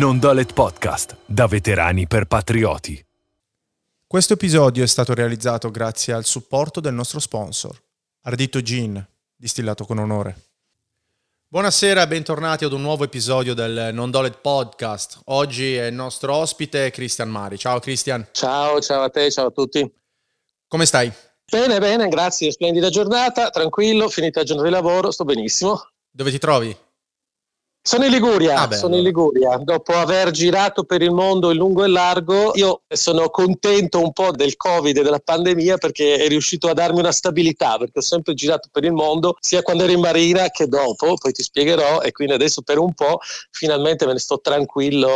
Non-Dolet Podcast, da veterani per patrioti. Questo episodio è stato realizzato grazie al supporto del nostro sponsor, Ardito Gin, distillato con onore. Buonasera e bentornati ad un nuovo episodio del Non-Dolet Podcast. Oggi è il nostro ospite Cristian Mari. Ciao Cristian. Ciao a te, ciao a tutti. Come stai? Bene, grazie, splendida giornata, tranquillo, finita la giornata di lavoro, sto benissimo. Dove ti trovi? Sono in Liguria, dopo aver girato per il mondo in lungo e largo. Io sono contento un po' del Covid e della pandemia perché è riuscito a darmi una stabilità, perché ho sempre girato per il mondo, sia quando ero in marina che dopo, poi ti spiegherò, e quindi adesso per un po' finalmente me ne sto tranquillo,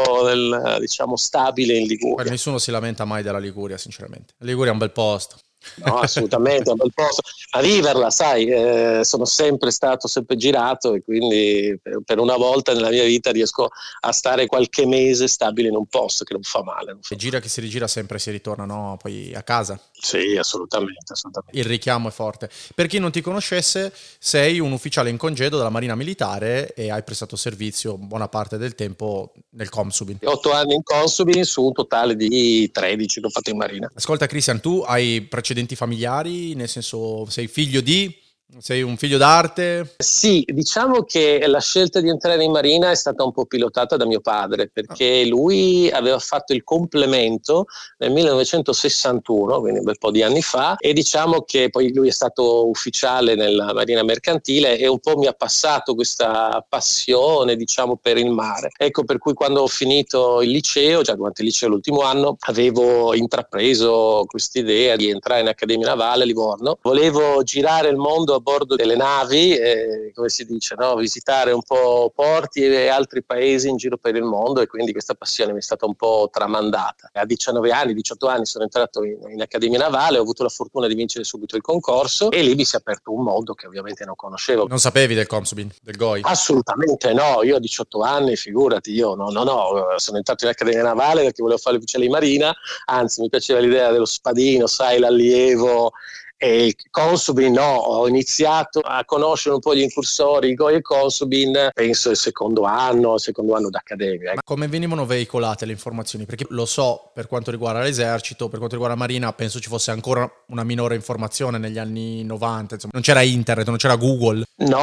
stabile in Liguria. Beh, nessuno si lamenta mai della Liguria, sinceramente. La Liguria è un bel posto. No, assolutamente, è un bel posto. A viverla, sai, sono sempre girato e quindi per una volta nella mia vita riesco a stare qualche mese stabile in un posto che non fa male. E gira che si rigira sempre si ritorna, no? Poi a casa. Sì, assolutamente. Il richiamo è forte. Per chi non ti conoscesse, sei un ufficiale in congedo della Marina Militare e hai prestato servizio buona parte del tempo nel Consubin. 8 anni in Consubin su un totale di 13 che ho fatto in Marina. Ascolta Cristian, tu hai precedenti familiari? Nel senso, sei figlio di... Sei un figlio d'arte? Sì, diciamo che la scelta di entrare in Marina è stata un po' pilotata da mio padre, perché lui aveva fatto il complemento nel 1961, quindi un bel po' di anni fa, e diciamo che poi lui è stato ufficiale nella Marina Mercantile e un po' mi ha passato questa passione, diciamo, per il mare. Ecco per cui quando ho finito il liceo, già durante il liceo l'ultimo anno, avevo intrapreso quest'idea di entrare in Accademia Navale a Livorno. Volevo girare il mondo a bordo delle navi, come si dice, no? Visitare un po' porti e altri paesi in giro per il mondo, e quindi questa passione mi è stata un po' tramandata. A 19 anni, 18 anni sono entrato in Accademia Navale, ho avuto la fortuna di vincere subito il concorso e lì mi si è aperto un mondo che ovviamente non conoscevo. Non sapevi del Consubin, del GOI? Assolutamente no, io a 18 anni, figurati, io no, sono entrato in Accademia Navale perché volevo fare l'ufficiale di Marina, anzi mi piaceva l'idea dello spadino, sai, l'allievo. E il Consubin no, ho iniziato a conoscere un po' gli incursori, il GOI e il Consubin, penso il secondo anno d'accademia. Ma come venivano veicolate le informazioni? Perché lo so, per quanto riguarda l'esercito, per quanto riguarda la Marina, penso ci fosse ancora una minore informazione negli anni 90, insomma. Non c'era internet, non c'era Google. No.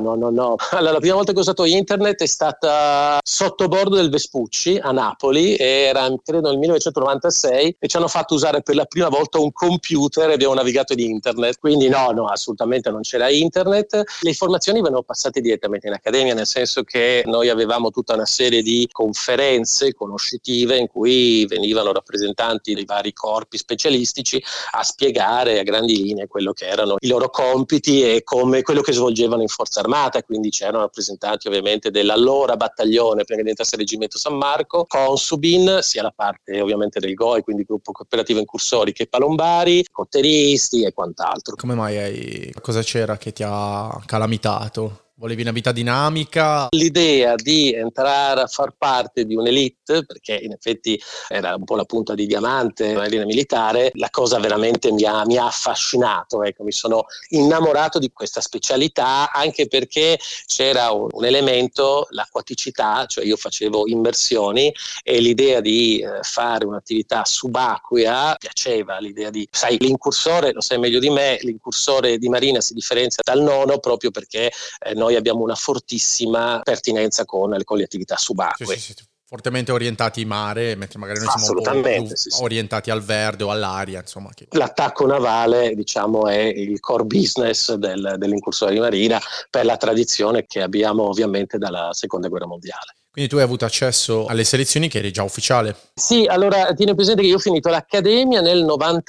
Allora, la prima volta che ho usato internet è stata sotto bordo del Vespucci a Napoli, era credo nel 1996, e ci hanno fatto usare per la prima volta un computer e abbiamo navigato di internet, quindi no, assolutamente non c'era internet. Le informazioni venivano passate direttamente in accademia, nel senso che noi avevamo tutta una serie di conferenze conoscitive in cui venivano rappresentanti dei vari corpi specialistici a spiegare a grandi linee quello che erano i loro compiti e come quello che svolgevano in Forza Armata, quindi c'erano rappresentanti ovviamente dell'allora battaglione prima che diventasse il Reggimento San Marco, Consubin, sia la parte ovviamente del GOI, quindi Gruppo Cooperativo Incursori, che Palombari, cotteristi e quant'altro. Come mai cosa c'era che ti ha calamitato? Volevi una vita dinamica? L'idea di entrare a far parte di un'elite, perché in effetti era un po' la punta di diamante nella Marina Militare, la cosa veramente mi ha affascinato, ecco, mi sono innamorato di questa specialità, anche perché c'era un elemento, l'acquaticità, cioè io facevo immersioni e l'idea di fare un'attività subacquea piaceva, l'idea di, sai, l'incursore, lo sai meglio di me, l'incursore di Marina si differenzia dal nono proprio perché noi abbiamo una fortissima pertinenza con le attività subacquee. Sì. Fortemente orientati in mare, mentre magari noi siamo un po' più orientati al verde o all'aria, insomma. L'attacco navale, diciamo, è il core business dell'incursore di Marina, per la tradizione che abbiamo ovviamente dalla Seconda Guerra Mondiale. Quindi tu hai avuto accesso alle selezioni che eri già ufficiale? Sì, allora tieni presente che io ho finito l'accademia nel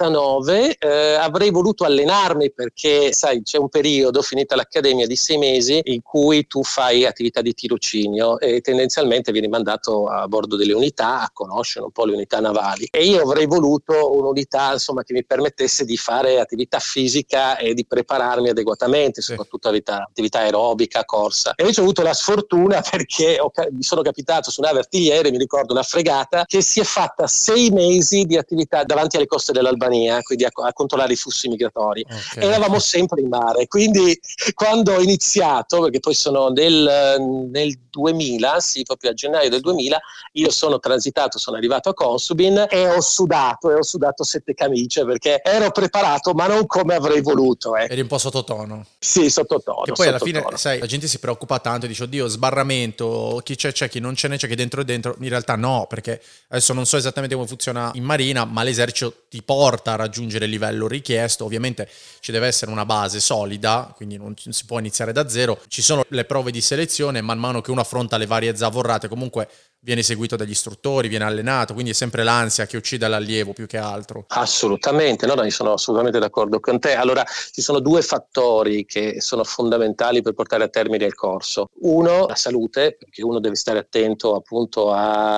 99, avrei voluto allenarmi perché, sai, c'è un periodo, finita l'accademia, di 6 mesi in cui tu fai attività di tirocinio e tendenzialmente vieni mandato a bordo delle unità a conoscere un po' le unità navali, e io avrei voluto un'unità, insomma, che mi permettesse di fare attività fisica e di prepararmi adeguatamente, soprattutto attività aerobica, corsa. E invece ho avuto la sfortuna perché mi sono sono capitato su nave artigliere, mi ricordo una fregata che si è fatta 6 mesi di attività davanti alle coste dell'Albania, quindi a controllare i flussi migratori. Okay. Eravamo sempre in mare, quindi quando ho iniziato, perché poi sono nel 2000, sì, proprio a gennaio del 2000, io sono arrivato a Consubin e ho sudato 7 camicie perché ero preparato, ma non come avrei voluto. Eri un po' sottotono. Sì, sottotono. Che poi alla fine, sai, la gente si preoccupa tanto e dice, oddio, sbarramento, chi c'è, chi non c'è, chi dentro è dentro. In realtà no, perché adesso non so esattamente come funziona in marina, ma l'esercito ti porta a raggiungere il livello richiesto. Ovviamente ci deve essere una base solida, quindi non si può iniziare da zero. Ci sono le prove di selezione, man mano che uno affronta le varie zavorrate, comunque viene seguito dagli istruttori, viene allenato, quindi è sempre l'ansia che uccide l'allievo più che altro. Assolutamente, no, io sono assolutamente d'accordo con te. Allora, ci sono 2 fattori che sono fondamentali per portare a termine il corso. Uno, la salute, perché uno deve stare attento appunto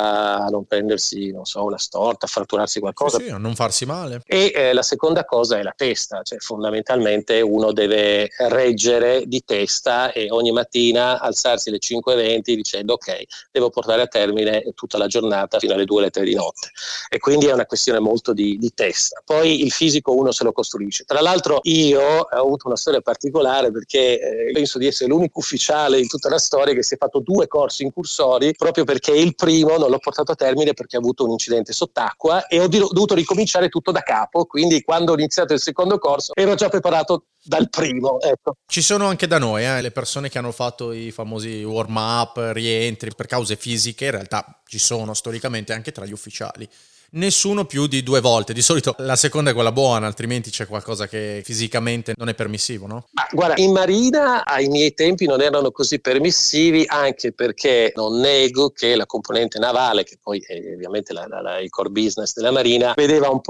a non prendersi, non so, una storta, a fratturarsi qualcosa. Sì, a non farsi male. E la seconda cosa è la testa, cioè fondamentalmente uno deve reggere di testa e ogni mattina alzarsi alle 5:20 dicendo ok, devo portare a termine tutta la giornata fino alle 2 o 3 di notte, e quindi è una questione molto di testa. Poi il fisico uno se lo costruisce. Tra l'altro io ho avuto una storia particolare perché penso di essere l'unico ufficiale in tutta la storia che si è fatto 2 corsi incursori, proprio perché il primo non l'ho portato a termine perché ho avuto un incidente sott'acqua e ho dovuto ricominciare tutto da capo, quindi quando ho iniziato il secondo corso ero già preparato dal primo, ecco. Ci sono anche da noi le persone che hanno fatto i famosi warm up, rientri per cause fisiche, in realtà ci sono storicamente anche tra gli ufficiali. Nessuno più di 2 volte, di solito la seconda è quella buona, altrimenti c'è qualcosa che fisicamente non è permissivo, no? Ma guarda, in marina ai miei tempi non erano così permissivi, anche perché non nego che la componente navale, che poi è ovviamente il core business della marina, vedeva un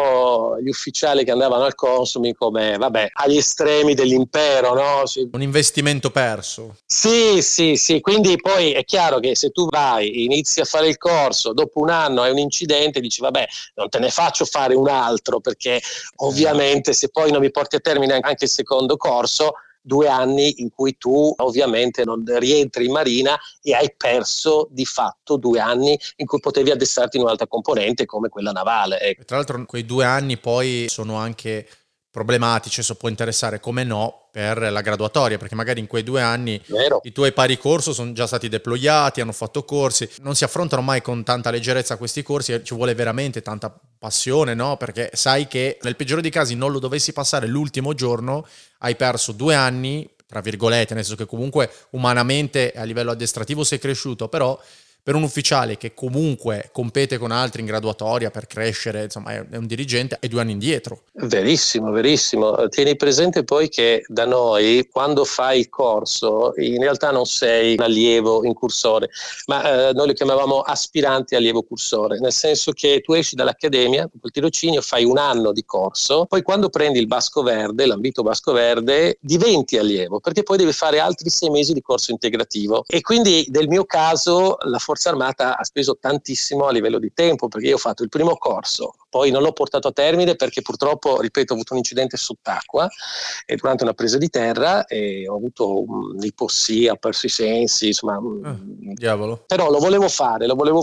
po' gli ufficiali che andavano al Consumi come, vabbè, agli estremi dell'impero, no? Un investimento perso. Sì, quindi poi è chiaro che se tu vai, inizi a fare il corso, dopo un anno hai un incidente, dici vabbè, non te ne faccio fare un altro, perché ovviamente se poi non mi porti a termine anche il secondo corso, 2 anni in cui tu ovviamente non rientri in marina e hai perso di fatto 2 anni in cui potevi addestrarti in un'altra componente come quella navale. E tra l'altro quei 2 anni poi sono anche problematici, se può interessare come no per la graduatoria, perché magari in quei 2 anni i tuoi pari corso sono già stati deployati, hanno fatto corsi, non si affrontano mai con tanta leggerezza questi corsi, ci vuole veramente tanta passione, no? Perché sai che nel peggiore dei casi non lo dovessi passare l'ultimo giorno, hai perso 2 anni, tra virgolette, nel senso che comunque umanamente a livello addestrativo sei cresciuto, però per un ufficiale che comunque compete con altri in graduatoria per crescere, insomma è un dirigente, è 2 anni indietro. Verissimo. Tieni presente poi che da noi, quando fai il corso, in realtà non sei un allievo incursore, ma noi lo chiamavamo aspiranti allievo cursore, nel senso che tu esci dall'accademia, dopo il tirocinio, fai 1 anno di corso, poi quando prendi il Basco Verde, l'ambito Basco Verde, diventi allievo, perché poi devi fare altri 6 mesi di corso integrativo. E quindi nel mio caso la Forza Armata ha speso tantissimo a livello di tempo, perché io ho fatto il primo corso, poi non l'ho portato a termine perché purtroppo, ripeto, ho avuto un incidente sott'acqua e durante una presa di terra e ho avuto un'ipossia, ho perso i sensi, insomma. Diavolo. Però lo volevo fare.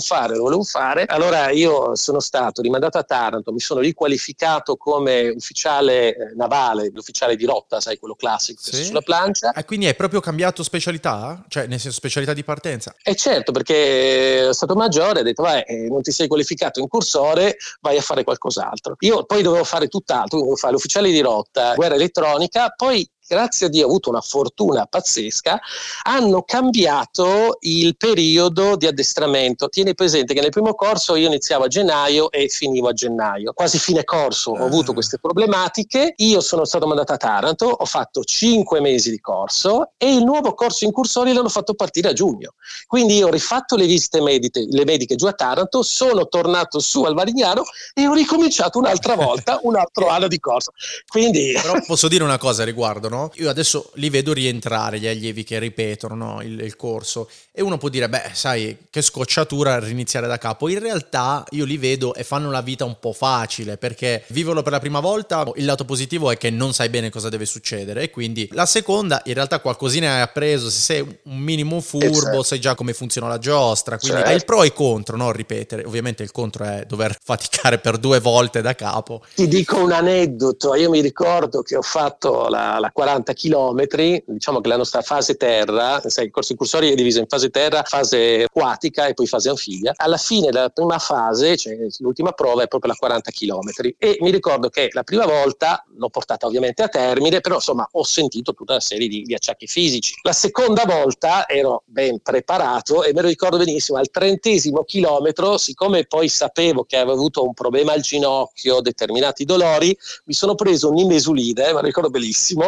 Allora io sono stato rimandato a Taranto, mi sono riqualificato come ufficiale navale, l'ufficiale di rotta, sai, quello classico, sì, sulla plancia. E quindi hai proprio cambiato specialità? Cioè, nel senso, specialità di partenza? Certo, perché Stato Maggiore ha detto vai, non ti sei qualificato in cursore, vai a fare qualcos'altro. Io poi dovevo fare tutt'altro, dovevo fare l'ufficiale di rotta, guerra elettronica, poi grazie a Dio ho avuto una fortuna pazzesca, hanno cambiato il periodo di addestramento. Tieni presente che nel primo corso io iniziavo a gennaio e finivo a gennaio, quasi fine corso ho avuto queste problematiche, io sono stato mandato a Taranto, ho fatto 5 mesi di corso e il nuovo corso incursori l'hanno fatto partire a giugno, quindi io ho rifatto le visite mediche giù a Taranto, sono tornato su al Varignano e ho ricominciato un'altra volta un altro anno di corso. Quindi però posso dire una cosa a riguardo, no? no? Io adesso li vedo rientrare gli allievi che ripetono, no, il corso, e uno può dire, beh, sai, che scocciatura riniziare da capo. In realtà io li vedo e fanno la vita un po' facile, perché viverlo per la prima volta, il lato positivo è che non sai bene cosa deve succedere, e quindi la seconda, in realtà qualcosina hai appreso, se sei un minimo furbo, sai già come funziona la giostra, quindi hai il pro e il contro, no? Ripetere. Ovviamente il contro è dover faticare per 2 volte da capo. Ti dico un aneddoto, io mi ricordo che ho fatto la 40 chilometri, diciamo che la nostra fase terra, sai, il corso incursori è diviso in fase terra, fase acquatica e poi fase anfibia. Alla fine della prima fase, cioè l'ultima prova, è proprio la 40 chilometri, e mi ricordo che la prima volta l'ho portata ovviamente a termine, però insomma ho sentito tutta una serie di acciacchi fisici. La seconda volta ero ben preparato e me lo ricordo benissimo, al 30° chilometro, siccome poi sapevo che avevo avuto un problema al ginocchio, determinati dolori, mi sono preso un nimesulide, me lo ricordo benissimo,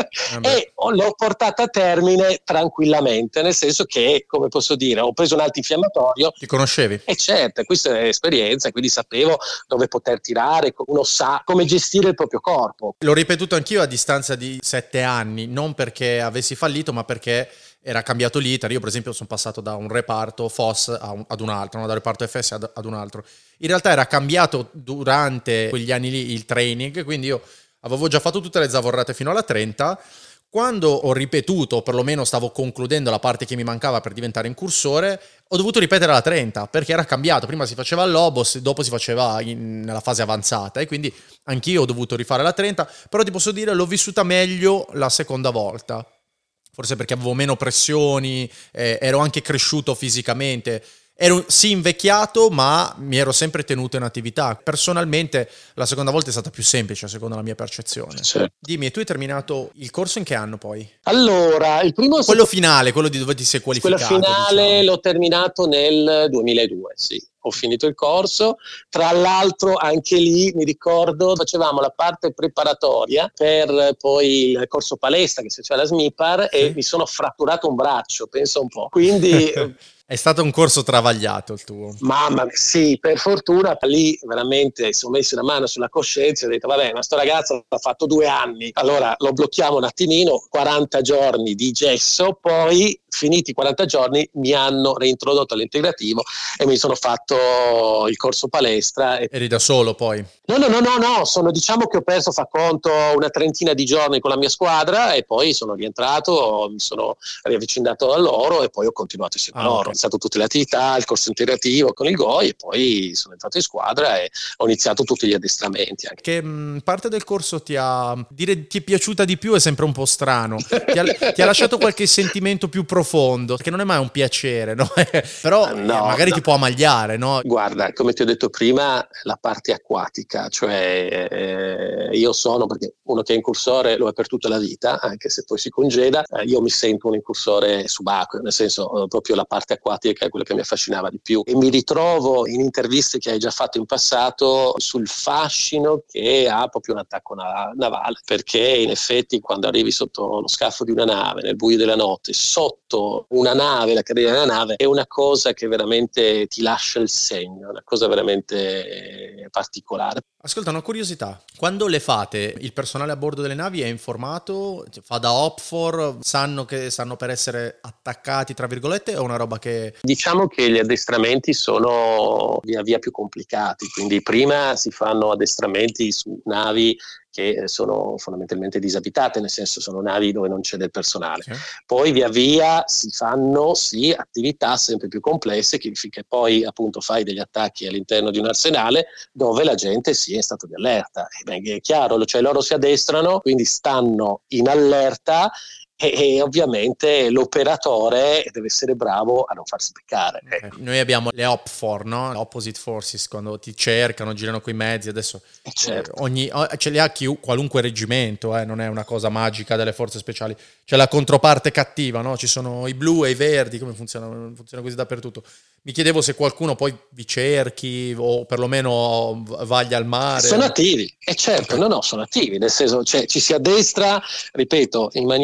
e l'ho portata a termine tranquillamente, nel senso che, come posso dire, ho preso un antinfiammatorio. Ti conoscevi? E certo, questa è esperienza, quindi sapevo dove poter tirare, uno sa come gestire il proprio corpo. L'ho ripetuto anch'io a distanza di 7 anni, non perché avessi fallito, ma perché era cambiato l'iter. Io per esempio sono passato da un reparto FOS ad un altro, no? Dal reparto FS ad un altro. In realtà era cambiato durante quegli anni lì il training, quindi io avevo già fatto tutte le zavorrate fino alla 30. Quando ho ripetuto, o perlomeno stavo concludendo la parte che mi mancava per diventare incursore, ho dovuto ripetere la 30 perché era cambiato. Prima si faceva al Lobos, dopo si faceva nella fase avanzata, e quindi anch'io ho dovuto rifare la 30, però ti posso dire l'ho vissuta meglio la seconda volta. Forse perché avevo meno pressioni, ero anche cresciuto fisicamente. Ero sì invecchiato, ma mi ero sempre tenuto in attività. Personalmente la seconda volta è stata più semplice, secondo la mia percezione. Certo. Dimmi, tu hai terminato il corso in che anno poi? Allora, il primo... Quello finale, quello di dove ti sei qualificato. Quello finale, diciamo. L'ho terminato nel 2002, sì. Ho finito il corso, tra l'altro anche lì mi ricordo facevamo la parte preparatoria per poi il corso palestra che si faceva alla SMIPAR, e mi sono fratturato un braccio, pensa un po', quindi è stato un corso travagliato il tuo. Mamma, sì, per fortuna lì veramente si sono messi una mano sulla coscienza e ho detto vabbè, ma sto ragazzo ha fatto 2 anni, allora lo blocchiamo un attimino, 40 giorni di gesso, poi finiti i 40 giorni mi hanno reintrodotto all'integrativo e mi sono fatto il corso palestra. Eri da solo poi? No, diciamo che ho perso, fa conto, una 30 di giorni con la mia squadra, e poi sono rientrato, mi sono riavvicinato a loro e poi ho continuato insieme a loro. Okay. Ho iniziato tutte le attività, il corso integrativo con il GOI, e poi sono entrato in squadra e ho iniziato tutti gli addestramenti. Anche. Che parte del corso ti è piaciuta di più è sempre un po' strano. Ti ha lasciato qualche sentimento più profondo, che non è mai un piacere, no? Però magari ti può ammagliare, no? Guarda, come ti ho detto prima, la parte acquatica, cioè io sono, perché uno che è incursore lo è per tutta la vita, anche se poi si congeda, io mi sento un incursore subacqueo, nel senso proprio la parte acquatica è quello che mi affascinava di più, e mi ritrovo in interviste che hai già fatto in passato sul fascino che ha proprio un attacco navale, perché in effetti quando arrivi sotto lo scafo di una nave nel buio della notte, sotto una nave, la carriera della nave, è una cosa che veramente ti lascia il segno, una cosa veramente particolare. Ascolta, una curiosità, quando le fate, il personale a bordo delle navi è informato, fa da OPFOR, sanno per essere attaccati tra virgolette, o è una roba che... Diciamo che gli addestramenti sono via via più complicati, quindi prima si fanno addestramenti su navi che sono fondamentalmente disabitate, nel senso sono navi dove non c'è del personale. Sì. Poi via via si fanno attività sempre più complesse, che poi appunto fai degli attacchi all'interno di un arsenale dove la gente è in stato di allerta. È chiaro, cioè loro si addestrano, quindi stanno in allerta, e ovviamente l'operatore deve essere bravo a non farsi beccare. Okay. Noi abbiamo le OPFOR, no? Opposite Forces, quando ti cercano, girano coi mezzi. Adesso certo. Ce li ha qualunque reggimento, non è una cosa magica delle forze speciali. C'è la controparte cattiva, no? Ci sono i blu e i verdi, come funziona così dappertutto. Mi chiedevo se qualcuno poi vi cerchi o perlomeno vaglia al mare. Sono attivi, certo, okay. No, sono attivi, nel senso, cioè, ci si addestra, ripeto, in maniera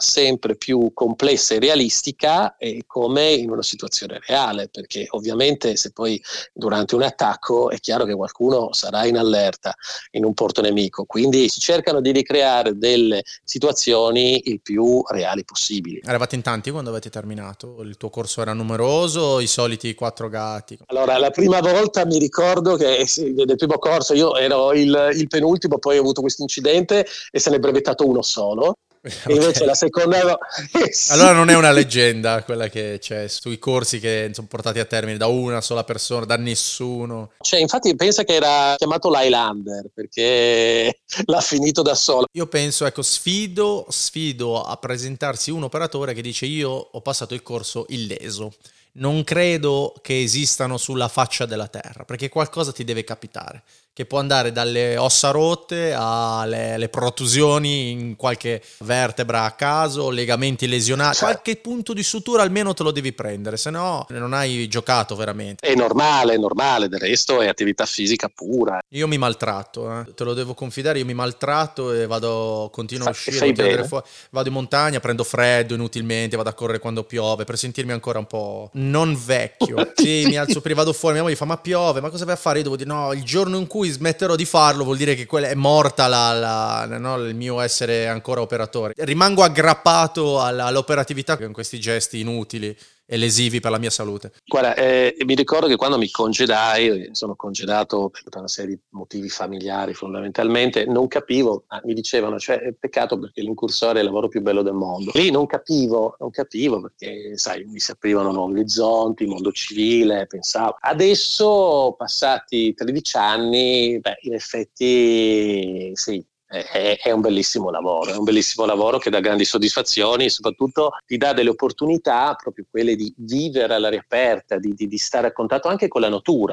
sempre più complessa e realistica come in una situazione reale, perché ovviamente se poi durante un attacco è chiaro che qualcuno sarà in allerta in un porto nemico, quindi si cercano di ricreare delle situazioni il più reali possibili. Eravate in tanti quando avete terminato? Il tuo corso era numeroso, i soliti 4 gatti? Allora, la prima volta mi ricordo che nel primo corso io ero il penultimo, poi ho avuto questo incidente e se ne è brevettato uno solo. Okay. E invece la seconda sì. Allora non è una leggenda quella che c'è sui corsi che sono portati a termine da una sola persona, da nessuno. Cioè, infatti pensa che era chiamato l'Highlander perché l'ha finito da solo. Io penso, ecco, sfido a presentarsi un operatore che dice io ho passato il corso illeso. Non credo che esistano sulla faccia della terra, perché qualcosa ti deve capitare, che può andare dalle ossa rotte alle protusioni in qualche vertebra a caso, legamenti lesionati, qualche punto di sutura almeno te lo devi prendere, se no non hai giocato veramente. È normale, del resto è attività fisica pura. Io mi maltratto, te lo devo confidare, io mi maltratto e continuo a uscire, vado in montagna, prendo freddo inutilmente, vado a correre quando piove per sentirmi ancora un po' non vecchio. Sì, mi alzo prima, vado fuori, mia moglie fa ma piove, ma cosa vai a fare? Io devo dire no, il giorno in cui smetterò di farlo vuol dire che quella è morta il mio essere ancora operatore. Rimango aggrappato all'operatività con questi gesti inutili e lesivi per la mia salute. Guarda, mi ricordo che quando mi congedai, sono congedato per tutta una serie di motivi familiari fondamentalmente, non capivo, mi dicevano, cioè è peccato perché l'incursore è il lavoro più bello del mondo. Lì non capivo perché sai, mi si aprivano nuovi orizzonti, mondo civile, pensavo. Adesso, passati 13 anni, in effetti sì. È un bellissimo lavoro che dà grandi soddisfazioni e soprattutto ti dà delle opportunità, proprio quelle di vivere all'aria aperta, di stare a contatto anche con la natura,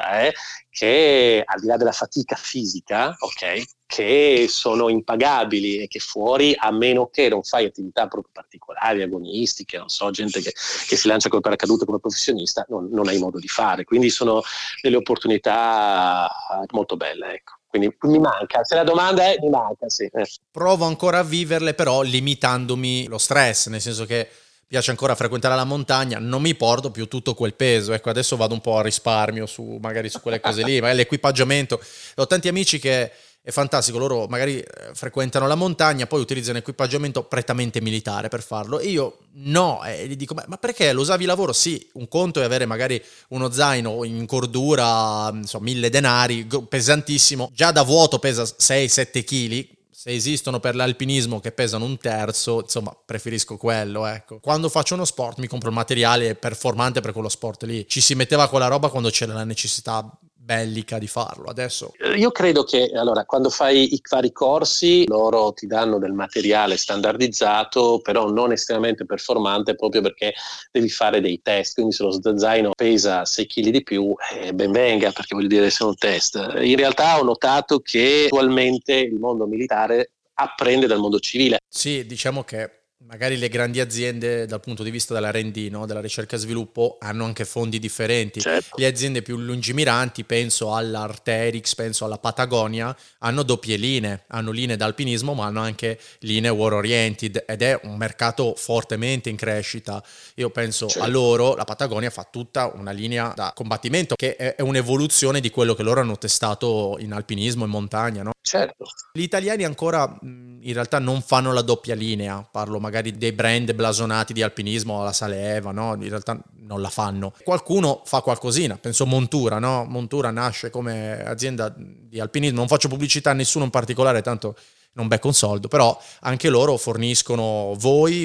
che al di là della fatica fisica, ok, che sono impagabili e che fuori, a meno che non fai attività proprio particolari, agonistiche, non so, gente che si lancia col paracadute come professionista, non hai modo di fare, quindi sono delle opportunità molto belle, ecco. Quindi mi manca, se la domanda è mi manca, sì. Provo ancora a viverle però limitandomi lo stress, nel senso che piace ancora frequentare la montagna, non mi porto più tutto quel peso, ecco adesso vado un po' a risparmio magari su quelle cose lì, magari l'equipaggiamento, ho tanti amici che è fantastico, loro magari frequentano la montagna, poi utilizzano equipaggiamento prettamente militare per farlo e io no, e gli dico ma perché lo usavi lavoro? Sì, un conto è avere magari uno zaino in cordura, 1000 denari, pesantissimo, già da vuoto pesa 6-7 kg, se esistono per l'alpinismo che pesano un terzo, insomma preferisco quello, ecco. Quando faccio uno sport mi compro il materiale performante per quello sport lì, ci si metteva quella roba quando c'era la necessità bellica di farlo. Adesso io credo che allora quando fai i vari corsi loro ti danno del materiale standardizzato però non estremamente performante proprio perché devi fare dei test, quindi se lo zaino pesa 6 kg di più ben venga, perché voglio dire se è un test. In realtà ho notato che attualmente il mondo militare apprende dal mondo civile. Sì, diciamo che magari le grandi aziende dal punto di vista dell'R&D, no? Della ricerca e sviluppo, hanno anche fondi differenti. Certo. Le aziende più lungimiranti, penso all'Arterix, penso alla Patagonia, hanno doppie linee, hanno linee d'alpinismo ma hanno anche linee war oriented ed è un mercato fortemente in crescita. Io penso a loro, la Patagonia fa tutta una linea da combattimento che è un'evoluzione di quello che loro hanno testato in alpinismo, in montagna, no? Certo. Gli italiani ancora in realtà non fanno la doppia linea, parlo magari dei brand blasonati di alpinismo, la Saleva, no? In realtà non la fanno. Qualcuno fa qualcosina, penso Montura, no? Montura nasce come azienda di alpinismo, non faccio pubblicità a nessuno in particolare, tanto non becco un soldo, però anche loro forniscono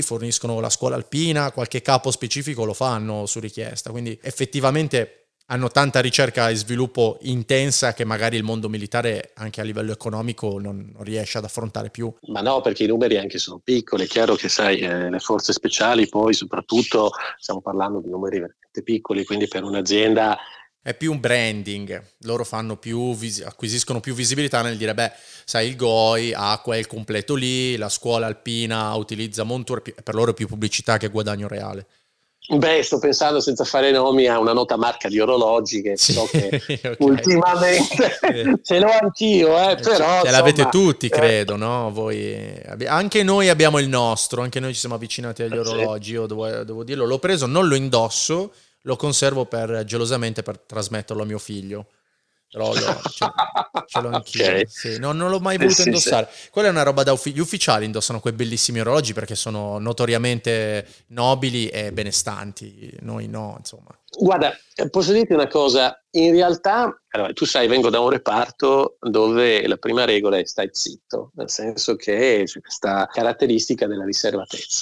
la scuola alpina, qualche capo specifico lo fanno su richiesta, quindi effettivamente hanno tanta ricerca e sviluppo intensa che magari il mondo militare anche a livello economico non riesce ad affrontare più. Ma no, perché i numeri anche sono piccoli, è chiaro che sai, le forze speciali poi soprattutto stiamo parlando di numeri veramente piccoli, quindi per un'azienda è più un branding, loro fanno acquisiscono più visibilità nel dire sai il GOI ha quel completo lì, la scuola alpina utilizza Montour, per loro è più pubblicità che guadagno reale. Beh, sto pensando, senza fare nomi, a una nota marca di orologi che so che okay. ultimamente ce l'ho anch'io, però ce l'avete insomma, tutti, credo, no? Voi anche noi abbiamo il nostro, anche noi ci siamo avvicinati agli orologi, io devo dirlo, l'ho preso, non lo indosso, lo conservo gelosamente per trasmetterlo a mio figlio. Però ce l'ho anch'io. Okay. Sì, non l'ho mai voluto Sì. indossare. Quella è una roba gli ufficiali indossano quei bellissimi orologi perché sono notoriamente nobili e benestanti. Noi no, insomma. Guarda, posso dirti una cosa, in realtà, allora, tu sai, vengo da un reparto dove la prima regola è stai zitto, nel senso che c'è questa caratteristica della riservatezza.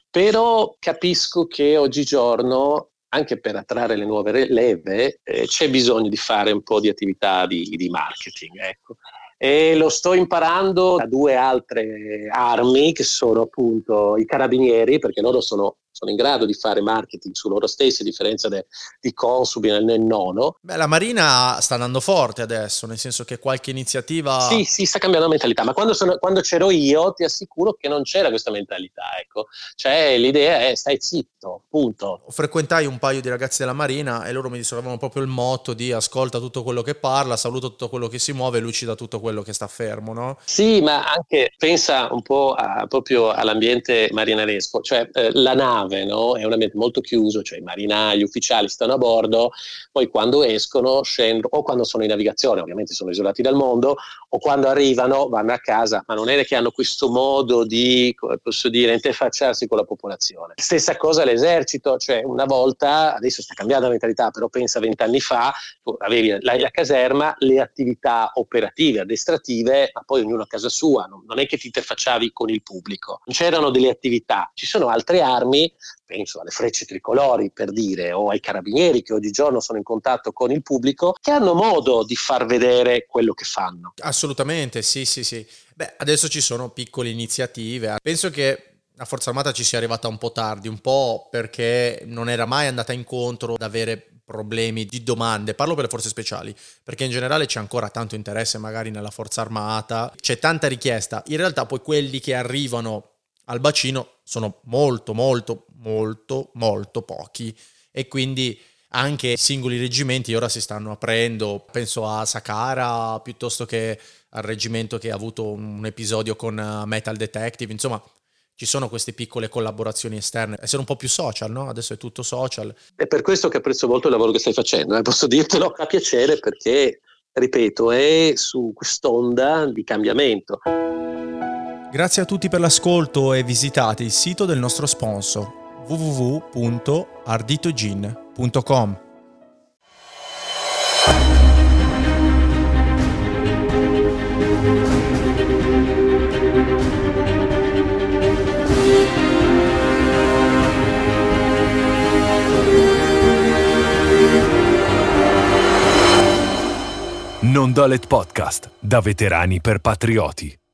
Però capisco che oggigiorno, anche per attrarre le nuove leve, c'è bisogno di fare un po' di attività di marketing, ecco. E lo sto imparando da 2 altre armi che sono appunto i carabinieri, perché loro sono in grado di fare marketing su loro stessi, a differenza di Consub nel nono. Beh, la Marina sta andando forte adesso, nel senso che qualche iniziativa... Sì, sta cambiando la mentalità, ma quando c'ero io ti assicuro che non c'era questa mentalità, ecco. Cioè l'idea è stai zitto, punto. Frequentai un paio di ragazzi della Marina e loro mi dissero avevano proprio il motto di ascolta tutto quello che parla, saluta tutto quello che si muove, lucida tutto quello che sta fermo, no? Sì, ma anche pensa un po' proprio all'ambiente marinaresco, cioè la nave, no? È un ambiente molto chiuso, cioè i marinai, gli ufficiali stanno a bordo, poi quando escono scendono, o quando sono in navigazione, ovviamente sono isolati dal mondo, o quando arrivano vanno a casa, ma non è che hanno questo modo di, come posso dire, interfacciarsi con la popolazione. Stessa cosa l'esercito, cioè una volta, adesso sta cambiando la mentalità, però pensa 20 anni fa, tu avevi la caserma, le attività operative, addestrative, ma poi ognuno a casa sua, non è che ti interfacciavi con il pubblico, non c'erano delle attività, ci sono altre armi, penso alle frecce tricolori per dire, o ai carabinieri che oggigiorno sono in contatto con il pubblico, che hanno modo di far vedere quello che fanno. Assolutamente, sì. Beh, adesso ci sono piccole iniziative. Penso che la Forza Armata ci sia arrivata un po' tardi, un po' perché non era mai andata incontro ad avere problemi di domande. Parlo per le forze speciali, perché in generale c'è ancora tanto interesse magari nella Forza Armata, c'è tanta richiesta. In realtà poi quelli che arrivano al bacino sono molto pochi e quindi anche singoli reggimenti ora si stanno aprendo, penso a Saqqara piuttosto che al reggimento che ha avuto un episodio con Metal Detective, insomma ci sono queste piccole collaborazioni esterne, essere un po' più social, no? Adesso è tutto social. È per questo che apprezzo molto il lavoro che stai facendo, posso dirtelo a piacere perché, ripeto, è su quest'onda di cambiamento. Grazie a tutti per l'ascolto e visitate il sito del nostro sponsor www.arditojin.com. Non Dolet Podcast, da veterani per patrioti.